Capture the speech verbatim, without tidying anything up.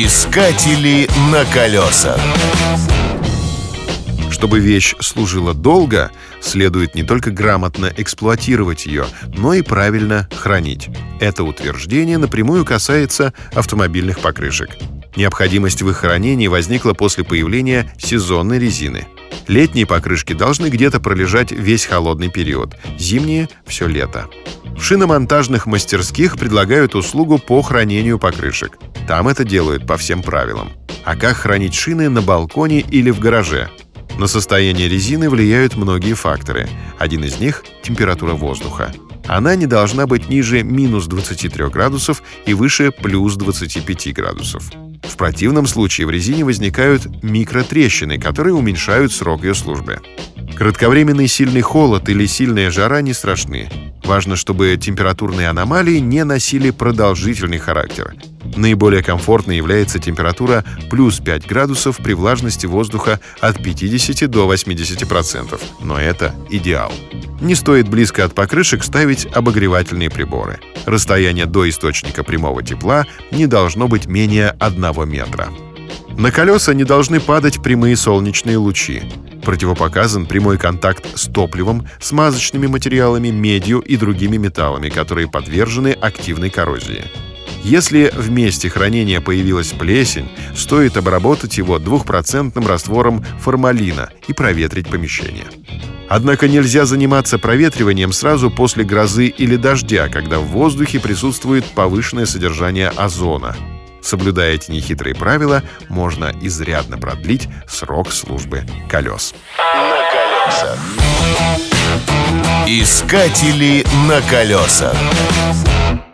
Искатели на колесах. Чтобы вещь служила долго, следует не только грамотно эксплуатировать ее, но и правильно хранить. Это утверждение напрямую касается автомобильных покрышек. Необходимость в их хранении возникла после появления сезонной резины. Летние покрышки должны где-то пролежать весь холодный период, зимние — все лето. В шиномонтажных мастерских предлагают услугу по хранению покрышек. Там это делают по всем правилам. А как хранить шины на балконе или в гараже? На состояние резины влияют многие факторы. Один из них — температура воздуха. Она не должна быть ниже минус двадцати трёх градусов и выше плюс двадцати пяти градусов. В противном случае в резине возникают микротрещины, которые уменьшают срок ее службы. Кратковременный сильный холод или сильная жара не страшны. Важно, чтобы температурные аномалии не носили продолжительный характер. Наиболее комфортной является температура плюс пять градусов при влажности воздуха от пятидесяти до восьмидесяти процентов. Но это идеал. Не стоит близко от покрышек ставить обогревательные приборы. Расстояние до источника прямого тепла не должно быть менее одного метра. На колеса не должны падать прямые солнечные лучи. Противопоказан прямой контакт с топливом, смазочными материалами, медью и другими металлами, которые подвержены активной коррозии. Если в месте хранения появилась плесень, стоит обработать его двухпроцентным раствором формалина и проветрить помещение. Однако нельзя заниматься проветриванием сразу после грозы или дождя, когда в воздухе присутствует повышенное содержание озона. Соблюдая эти нехитрые правила, можно изрядно продлить срок службы колес. На колесах. Искатели на колесах.